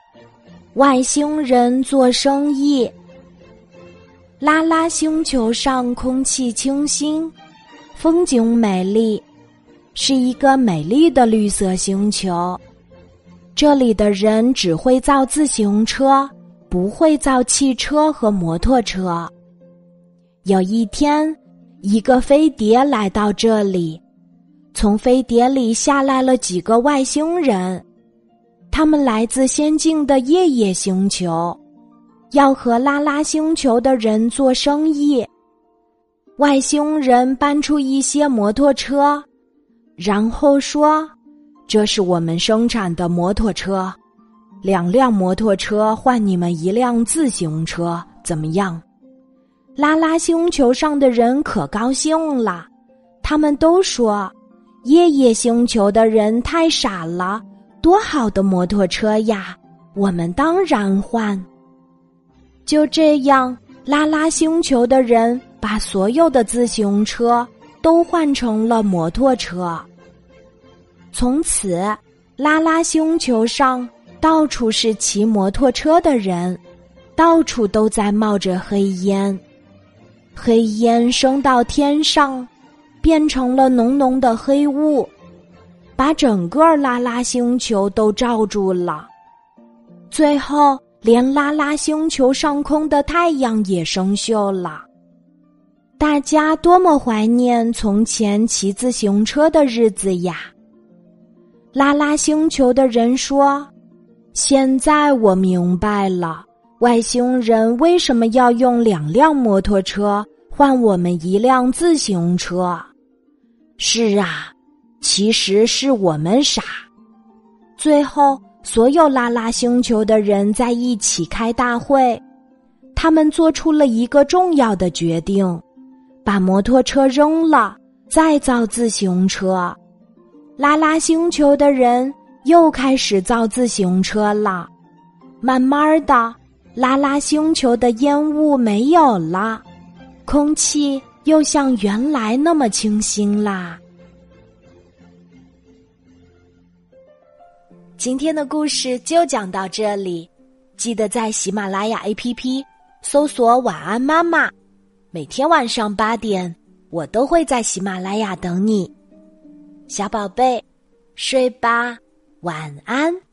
外星人做生意。拉拉星球上空气清新，风景美丽，是一个美丽的绿色星球。这里的人只会造自行车，不会造汽车和摩托车。有一天，一个飞碟来到这里，从飞碟里下来了几个外星人，他们来自先进的夜夜星球，要和拉拉星球的人做生意。外星人搬出一些摩托车，然后说，这是我们生产的摩托车，2辆摩托车换你们1辆自行车，怎么样？拉拉星球上的人可高兴了，他们都说，夜夜星球的人太傻了，多好的摩托车呀，我们当然换。就这样，拉拉星球的人把所有的自行车都换成了摩托车。从此，拉拉星球上到处是骑摩托车的人，到处都在冒着黑烟。黑烟升到天上，变成了浓浓的黑雾，把整个拉拉星球都罩住了。最后，连拉拉星球上空的太阳也生锈了。大家多么怀念从前骑自行车的日子呀！拉拉星球的人说，现在我明白了，外星人为什么要用2辆摩托车换我们1辆自行车。是啊，其实是我们傻。最后，所有拉拉星球的人在一起开大会，他们做出了一个重要的决定，把摩托车扔了，再造自行车。拉拉星球的人又开始造自行车了。慢慢的，拉拉星球的烟雾没有了，空气又像原来那么清新啦。今天的故事就讲到这里，记得在喜马拉雅 APP 搜索晚安妈妈，每天晚上8点，我都会在喜马拉雅等你。小宝贝，睡吧，晚安。